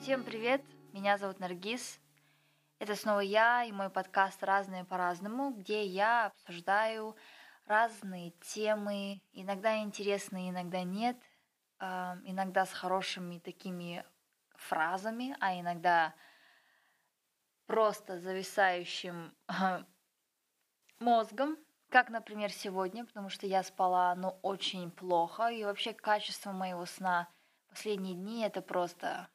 Всем привет, меня зовут Наргиз. Это снова я и мой подкаст «Разные по-разному», где я обсуждаю разные темы, иногда интересные, иногда нет, иногда с хорошими такими фразами, а иногда просто зависающим мозгом, как, например, сегодня, потому что я спала, но очень плохо, и вообще качество моего сна последние дни это просто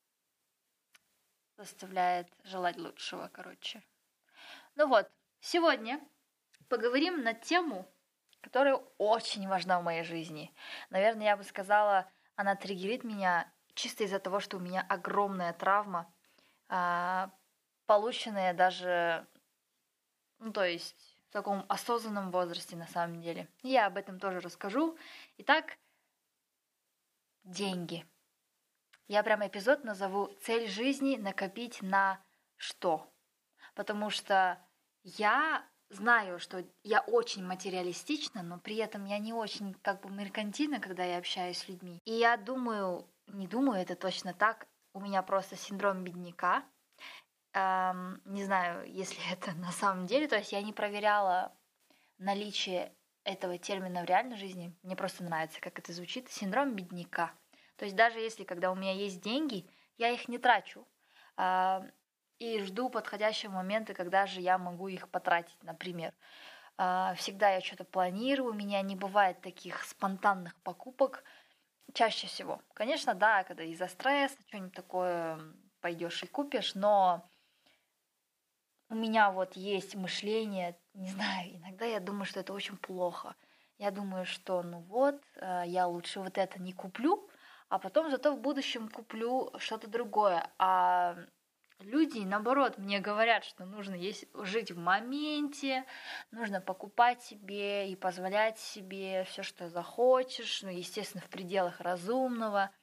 заставляет желать лучшего, короче. Ну вот, сегодня поговорим на тему, которая очень важна в моей жизни. Наверное, я бы сказала, она триггерит меня чисто из-за того, что у меня огромная травма, полученная даже, то есть в таком осознанном возрасте на самом деле. Я об этом тоже расскажу. Итак, деньги. Я прям эпизод назову «Цель жизни накопить на что?». Потому что я знаю, что я очень материалистична, но при этом я не очень меркантильна, когда я общаюсь с людьми. И я думаю, не думаю, это точно так, у меня просто синдром бедняка. Не знаю, если это на самом деле, то есть я не проверяла наличие этого термина в реальной жизни. Мне просто нравится, как это звучит. Синдром бедняка. То есть даже если, когда у меня есть деньги, я их не трачу и жду подходящего момента, когда же я могу их потратить, например. Всегда я что-то планирую, у меня не бывает таких спонтанных покупок чаще всего. Конечно, да, когда из-за стресса что-нибудь такое пойдешь и купишь, но у меня вот есть мышление, не знаю, иногда я думаю, что это очень плохо. Я думаю, что я лучше вот это не куплю, а потом зато в будущем куплю что-то другое. А люди, наоборот, мне говорят, что нужно жить в моменте, нужно покупать себе и позволять себе все, что захочешь, естественно, в пределах разумного.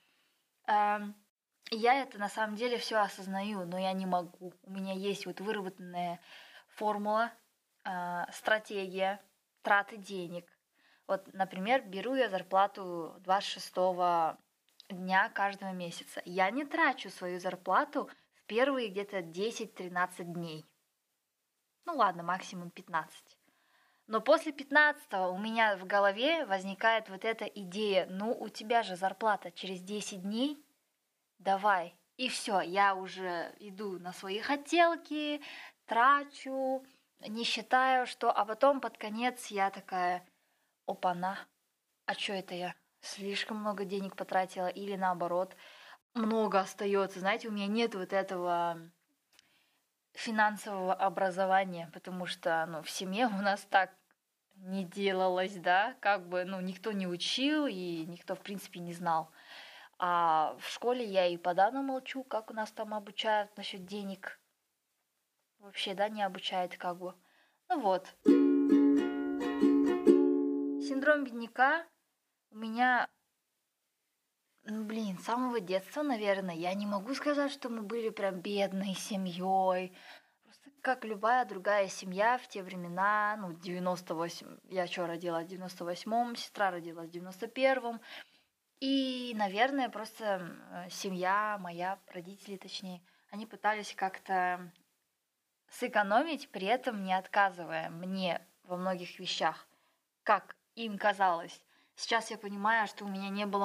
Я это на самом деле все осознаю, но я не могу. У меня есть вот выработанная формула, стратегия траты денег. Вот, например, беру я зарплату 26 дня каждого месяца. Я не трачу свою зарплату в первые где-то 10-13 дней. Ладно, максимум 15. Но после 15 у меня в голове возникает вот эта идея, у тебя же зарплата через 10 дней, давай. И все, я уже иду на свои хотелки, трачу, не считаю, что... А потом под конец я такая, опа-на, а что это я? Слишком много денег потратила или наоборот, много остается. Знаете, у меня нет вот этого финансового образования, потому что в семье у нас так не делалось, да, никто не учил и никто, в принципе, не знал. А в школе я и подавно молчу, как у нас там обучают насчет денег. Вообще, да, не обучают Вот. Синдром бедняка у меня, с самого детства, наверное. Я не могу сказать, что мы были прям бедной семьей. Просто как любая другая семья в те времена, 98, я родилась в 98-м, сестра родилась в 91-м. И, наверное, просто семья моя, родители точнее, они пытались как-то сэкономить, при этом не отказывая мне во многих вещах, как им казалось. Сейчас я понимаю, что у меня не было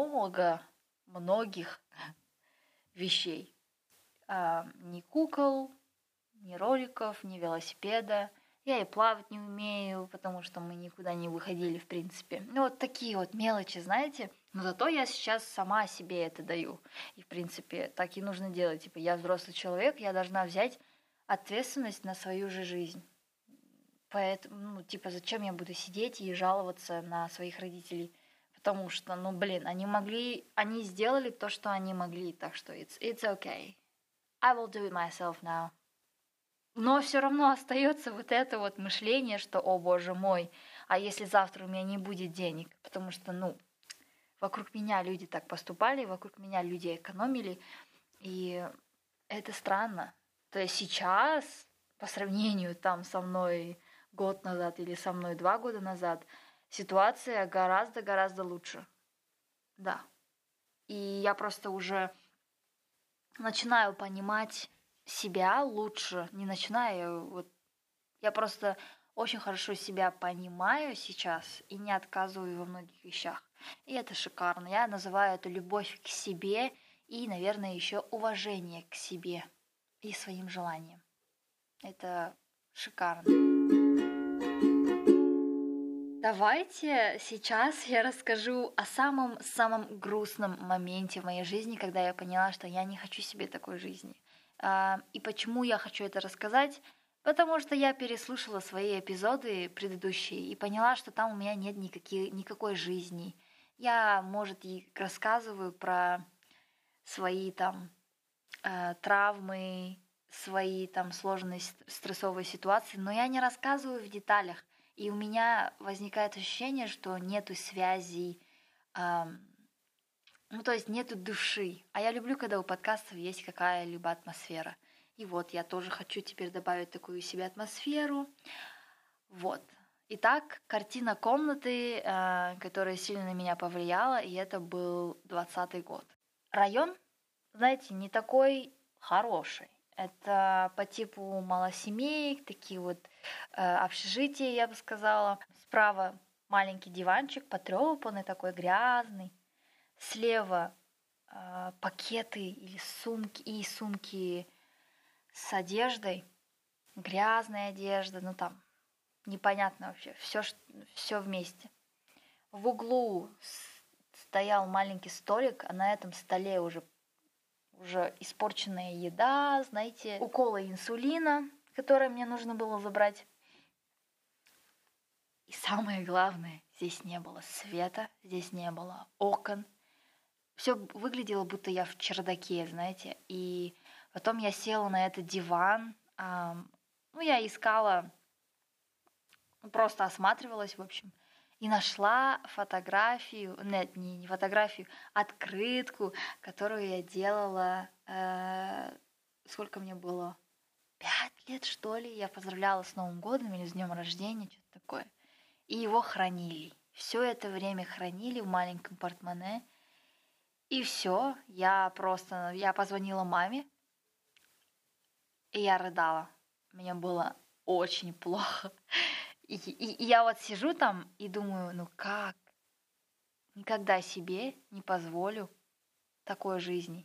многих вещей. Ни кукол, ни роликов, ни велосипеда. Я и плавать не умею, потому что мы никуда не выходили, в принципе. Вот такие вот мелочи, знаете. Но зато я сейчас сама себе это даю. И, в принципе, так и нужно делать. Я взрослый человек, я должна взять ответственность на свою же жизнь. Поэтому, зачем я буду сидеть и жаловаться на своих родителей? Потому что, они сделали то, что они могли, так что it's okay. I will do it myself now. Но все равно остается вот это вот мышление, что, о боже мой, а если завтра у меня не будет денег? Потому что, вокруг меня люди так поступали, вокруг меня люди экономили, и это странно. То есть сейчас, по сравнению со мной год назад или со мной 2 года назад, ситуация гораздо-гораздо лучше. Да. И я просто уже начинаю понимать себя лучше. Не начинаю, вот я просто очень хорошо себя понимаю сейчас и не отказываю во многих вещах. И это шикарно. Я называю это любовь к себе и, наверное, еще уважение к себе и своим желаниям. Это шикарно. Давайте сейчас я расскажу о самом-самом грустном моменте в моей жизни, когда я поняла, что я не хочу себе такой жизни. И почему я хочу это рассказать? Потому что я переслушала свои эпизоды предыдущие и поняла, что там у меня нет никакой жизни. Я, может, и рассказываю про свои там травмы, свои там сложные стрессовые ситуации, но я не рассказываю в деталях. И у меня возникает ощущение, что нету связей, ну то есть нету души. А я люблю, когда у подкастов есть какая-либо атмосфера. И вот я тоже хочу теперь добавить такую себе атмосферу. Вот. Итак, картина комнаты, которая сильно на меня повлияла, и это был 20-й год. Район, знаете, не такой хороший. Это по типу малосемеек, такие вот общежития, я бы сказала. Справа маленький диванчик, потрёпанный, такой грязный. Слева пакеты или сумки с одеждой. Грязная одежда, ну там непонятно вообще. Все вместе. В углу стоял маленький столик, а на этом столе уже испорченная еда, знаете, уколы инсулина, которые мне нужно было забрать. И самое главное, здесь не было света, здесь не было окон. Все выглядело, будто я в чердаке, знаете. И потом я села на этот диван. Я искала, просто осматривалась, в общем. И нашла фотографию, нет, не фотографию, открытку, которую я делала, сколько мне было, 5 лет, что ли. Я поздравляла с Новым годом или с днем рождения, что-то такое. И его хранили. Все это время хранили в маленьком портмоне. И все, я позвонила маме, и я рыдала. Мне было очень плохо. И я вот сижу там и думаю, ну как? Никогда себе не позволю такой жизни.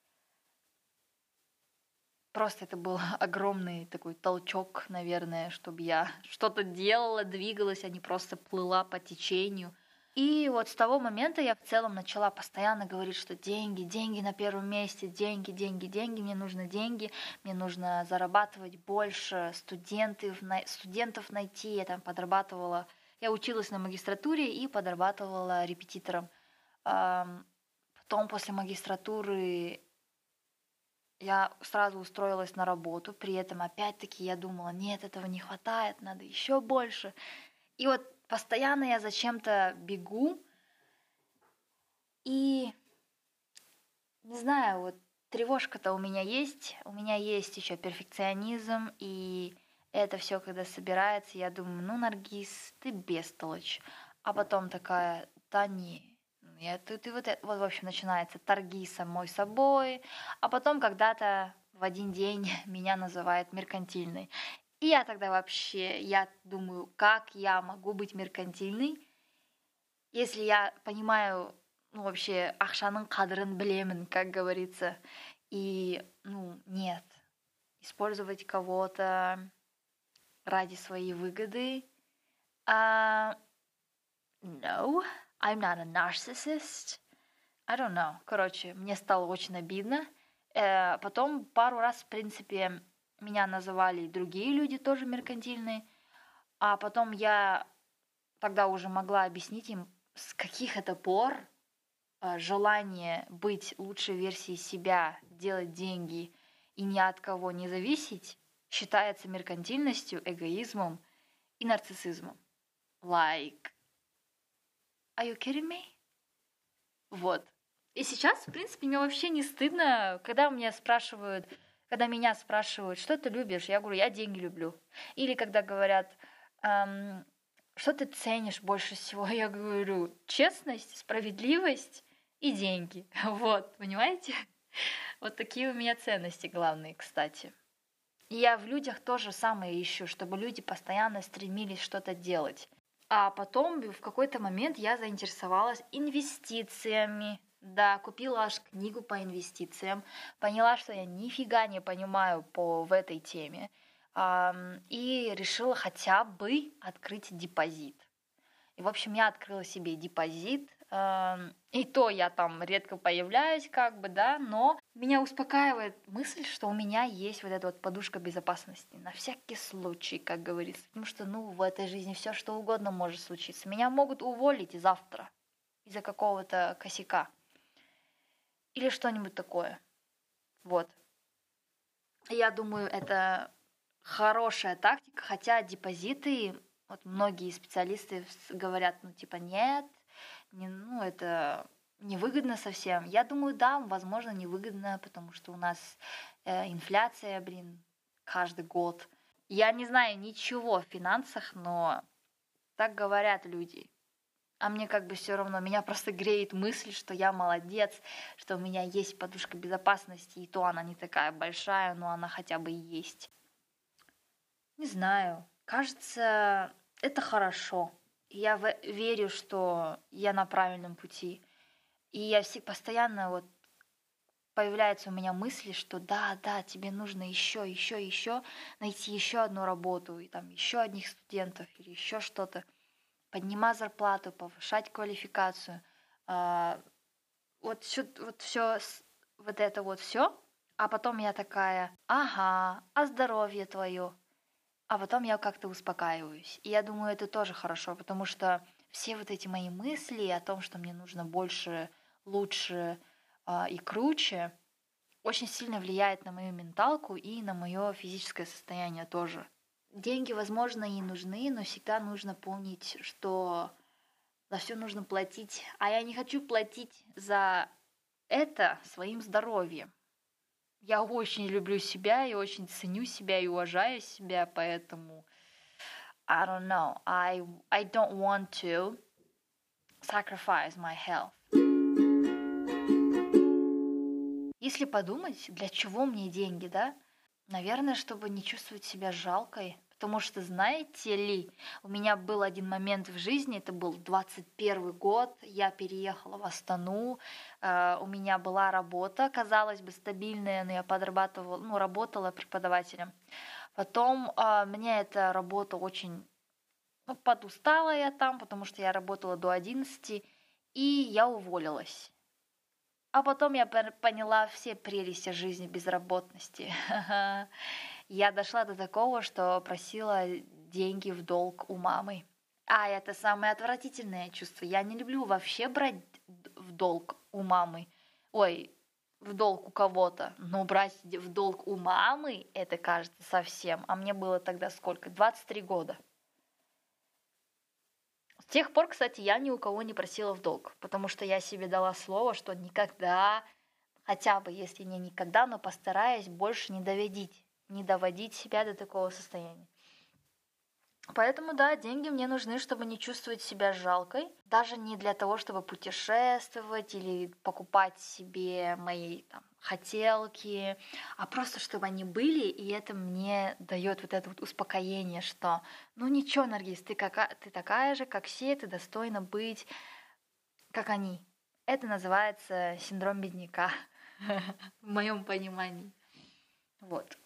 Просто это был огромный такой толчок, наверное, чтобы я что-то делала, двигалась, а не просто плыла по течению. И вот с того момента я в целом начала постоянно говорить, что деньги на первом месте, деньги, мне нужны деньги, мне нужно зарабатывать больше, студентов найти. Я там подрабатывала, я училась на магистратуре и подрабатывала репетитором. Потом после магистратуры я сразу устроилась на работу, при этом опять-таки я думала, нет, этого не хватает, надо еще больше. И вот постоянно я зачем-то бегу, и не знаю, вот тревожка-то у меня есть еще перфекционизм, и это все, когда собирается, я думаю, ну, Наргиз, ты бестолочь. А потом такая, да не, вот, в общем, начинается торги самой собой, а потом когда-то в один день меня называют меркантильной. И я тогда я думаю, как я могу быть меркантильной, если я понимаю, ну, вообще, ақшаның қадірін білемін, как говорится. И, нет, использовать кого-то ради своей выгоды. No, I'm not a narcissist. I don't know. Короче, мне стало очень обидно. Потом пару раз, в принципе, меня называли другие люди, тоже меркантильные. А потом я тогда уже могла объяснить им, с каких это пор желание быть лучшей версией себя, делать деньги и ни от кого не зависеть считается меркантильностью, эгоизмом и нарциссизмом. Like, are you kidding me? Вот. И сейчас, в принципе, мне вообще не стыдно, когда меня спрашивают, что ты любишь, я говорю, я деньги люблю. Или когда говорят, что ты ценишь больше всего, я говорю, честность, справедливость и деньги. Вот, понимаете? Вот такие у меня ценности главные, кстати. И я в людях тоже самое ищу, чтобы люди постоянно стремились что-то делать. А потом в какой-то момент я заинтересовалась инвестициями. Да, купила аж книгу по инвестициям, поняла, что я нифига не понимаю в этой теме, и решила хотя бы открыть депозит. И, в общем, я открыла себе депозит, и то я там редко появляюсь, как бы, да, но меня успокаивает мысль, что у меня есть вот эта вот подушка безопасности на всякий случай, как говорится, потому что, ну, в этой жизни все что угодно может случиться. Меня могут уволить завтра из-за какого-то косяка или что-нибудь такое. Вот. Я думаю, это хорошая тактика, хотя депозиты, вот многие специалисты говорят, ну, типа, нет, ну, это невыгодно совсем. Я думаю, да, возможно, невыгодно, потому что у нас инфляция, каждый год. Я не знаю ничего в финансах, но так говорят люди. А мне как бы все равно, меня просто греет мысль, что я молодец, что у меня есть подушка безопасности, и то она не такая большая, но она хотя бы есть. Не знаю, кажется, это хорошо. Я верю, что я на правильном пути. И я постоянно вот появляются у меня мысли, что да, тебе нужно еще найти еще одну работу, и там еще одних студентов или еще что-то, поднимать зарплату, повышать квалификацию. Вот все, вот это вот все. А потом я такая, ага, а здоровье твое? А потом я как-то успокаиваюсь. И я думаю, это тоже хорошо, потому что все вот эти мои мысли о том, что мне нужно больше, лучше и круче, очень сильно влияет на мою менталку и на мое физическое состояние тоже. Деньги, возможно, и нужны, но всегда нужно помнить, что за все нужно платить. А я не хочу платить за это своим здоровьем. Я очень люблю себя и очень ценю себя и уважаю себя, поэтому I don't know. I don't want to sacrifice my health. Если подумать, для чего мне деньги, да? Наверное, чтобы не чувствовать себя жалкой. Потому что, знаете ли, у меня был один момент в жизни, это был 21 год, я переехала в Астану, у меня была работа, казалось бы, стабильная, но я подрабатывала, работала преподавателем. Потом мне эта работа очень, подустала я там, потому что я работала до 11, и я уволилась. А потом я поняла все прелести жизни безработности. Я дошла до такого, что просила деньги в долг у мамы. А это самое отвратительное чувство. Я не люблю вообще брать в долг у мамы. Ой, в долг у кого-то. Но брать в долг у мамы, это кажется совсем. А мне было тогда сколько? 23 года. С тех пор, кстати, я ни у кого не просила в долг, потому что я себе дала слово, что никогда, хотя бы если не никогда, но постараюсь больше не доводить себя до такого состояния. Поэтому, да, деньги мне нужны, чтобы не чувствовать себя жалкой. Даже не для того, чтобы путешествовать или покупать себе мои хотелки, а просто чтобы они были, и это мне дает вот это вот успокоение, что ну ничего, Наргиз, ты такая же, как все, ты достойна быть, как они. Это называется синдром бедняка в моем понимании. Вот.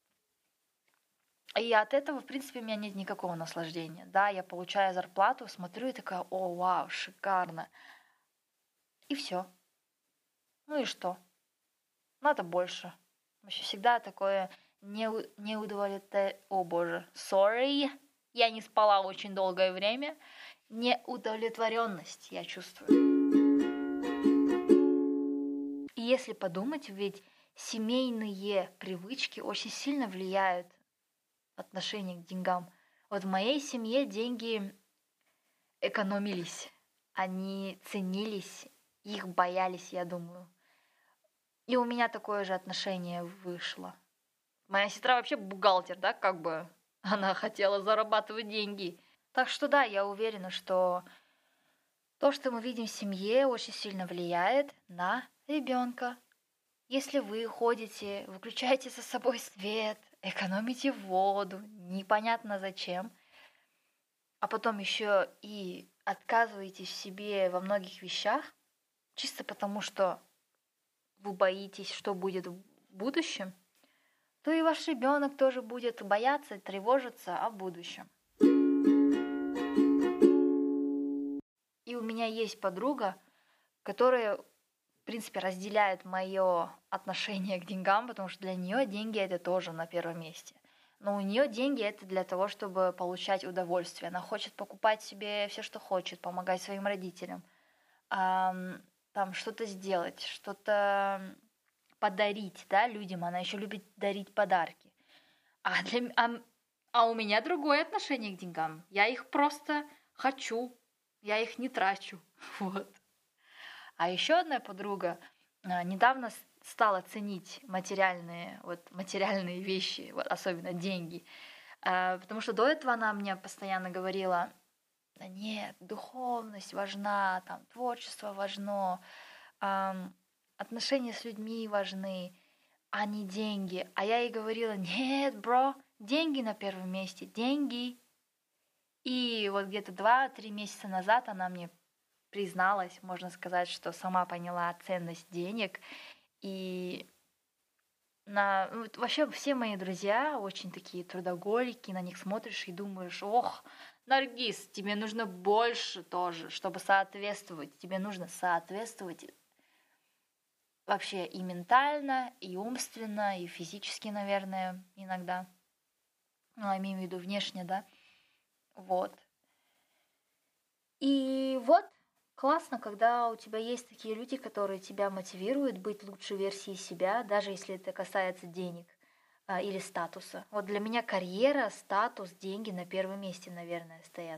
И от этого, в принципе, у меня нет никакого наслаждения. Да, я получаю зарплату, смотрю и такая, о, вау, шикарно. И все. Ну и что? Надо больше. Вообще всегда такое неудовлетворение. О боже, sorry, я не спала очень долгое время. Неудовлетворенность я чувствую. И если подумать, ведь семейные привычки очень сильно влияют отношение к деньгам. Вот в моей семье деньги экономились, они ценились, их боялись, я думаю. И у меня такое же отношение вышло. Моя сестра вообще бухгалтер, да, как бы она хотела зарабатывать деньги. Так что да, я уверена, что то, что мы видим в семье, очень сильно влияет на ребенка. Если вы ходите, выключаете за собой свет, экономите воду, непонятно зачем, а потом еще и отказываетесь себе во многих вещах, чисто потому что вы боитесь, что будет в будущем, то и ваш ребенок тоже будет бояться и тревожиться о будущем. И у меня есть подруга, которая, в принципе, разделяет мое отношение к деньгам, потому что для нее деньги это тоже на первом месте. Но у нее деньги это для того, чтобы получать удовольствие. Она хочет покупать себе все, что хочет, помогать своим родителям, там что-то сделать, что-то подарить, да, людям. Она еще любит дарить подарки. А у меня другое отношение к деньгам. Я их просто хочу, я их не трачу. Вот. А еще одна подруга недавно стала ценить материальные вещи, вот, особенно деньги. Потому что до этого она мне постоянно говорила: да нет, духовность важна, там, творчество важно, отношения с людьми важны, а не деньги. А я ей говорила: нет, бро, деньги на первом месте, деньги. И вот где-то 2-3 месяца назад она мне призналась, можно сказать, что сама поняла ценность денег. И вообще все мои друзья очень такие трудоголики, на них смотришь и думаешь: ох, Наргиз, тебе нужно больше тоже, чтобы соответствовать. Тебе нужно соответствовать вообще и ментально, и умственно, и физически, наверное, иногда. Ну, я имею в виду внешне, да. Вот. И вот классно, когда у тебя есть такие люди, которые тебя мотивируют быть лучшей версией себя, даже если это касается денег или статуса. Вот для меня карьера, статус, деньги на первом месте, наверное, стоят.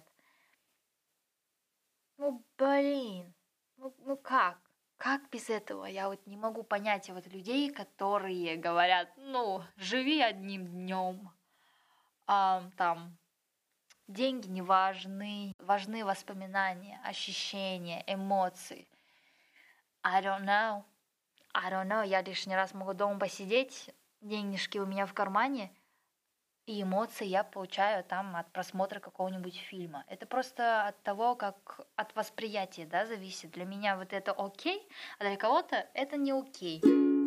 Ну, блин, ну как? Как без этого? Я вот не могу понять вот людей, которые говорят: ну, живи одним днем, там, деньги не важны, важны воспоминания, ощущения, эмоции. I don't know. Я лишний раз могу дома посидеть, денежки у меня в кармане, и эмоции я получаю там от просмотра какого-нибудь фильма. Это просто от того, как от восприятия, да, зависит. Для меня вот это окей, а для кого-то это не окей.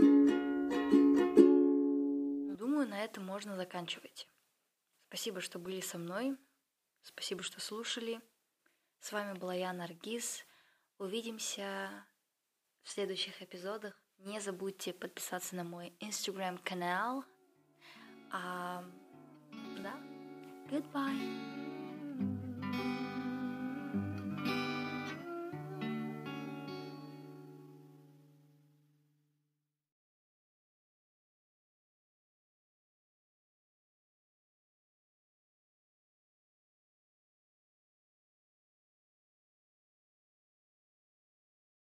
Думаю, на этом можно заканчивать. Спасибо, что были со мной. Спасибо, что слушали. С вами была я, Наргиз. Увидимся в следующих эпизодах. Не забудьте подписаться на мой Instagram-канал. Да, goodbye.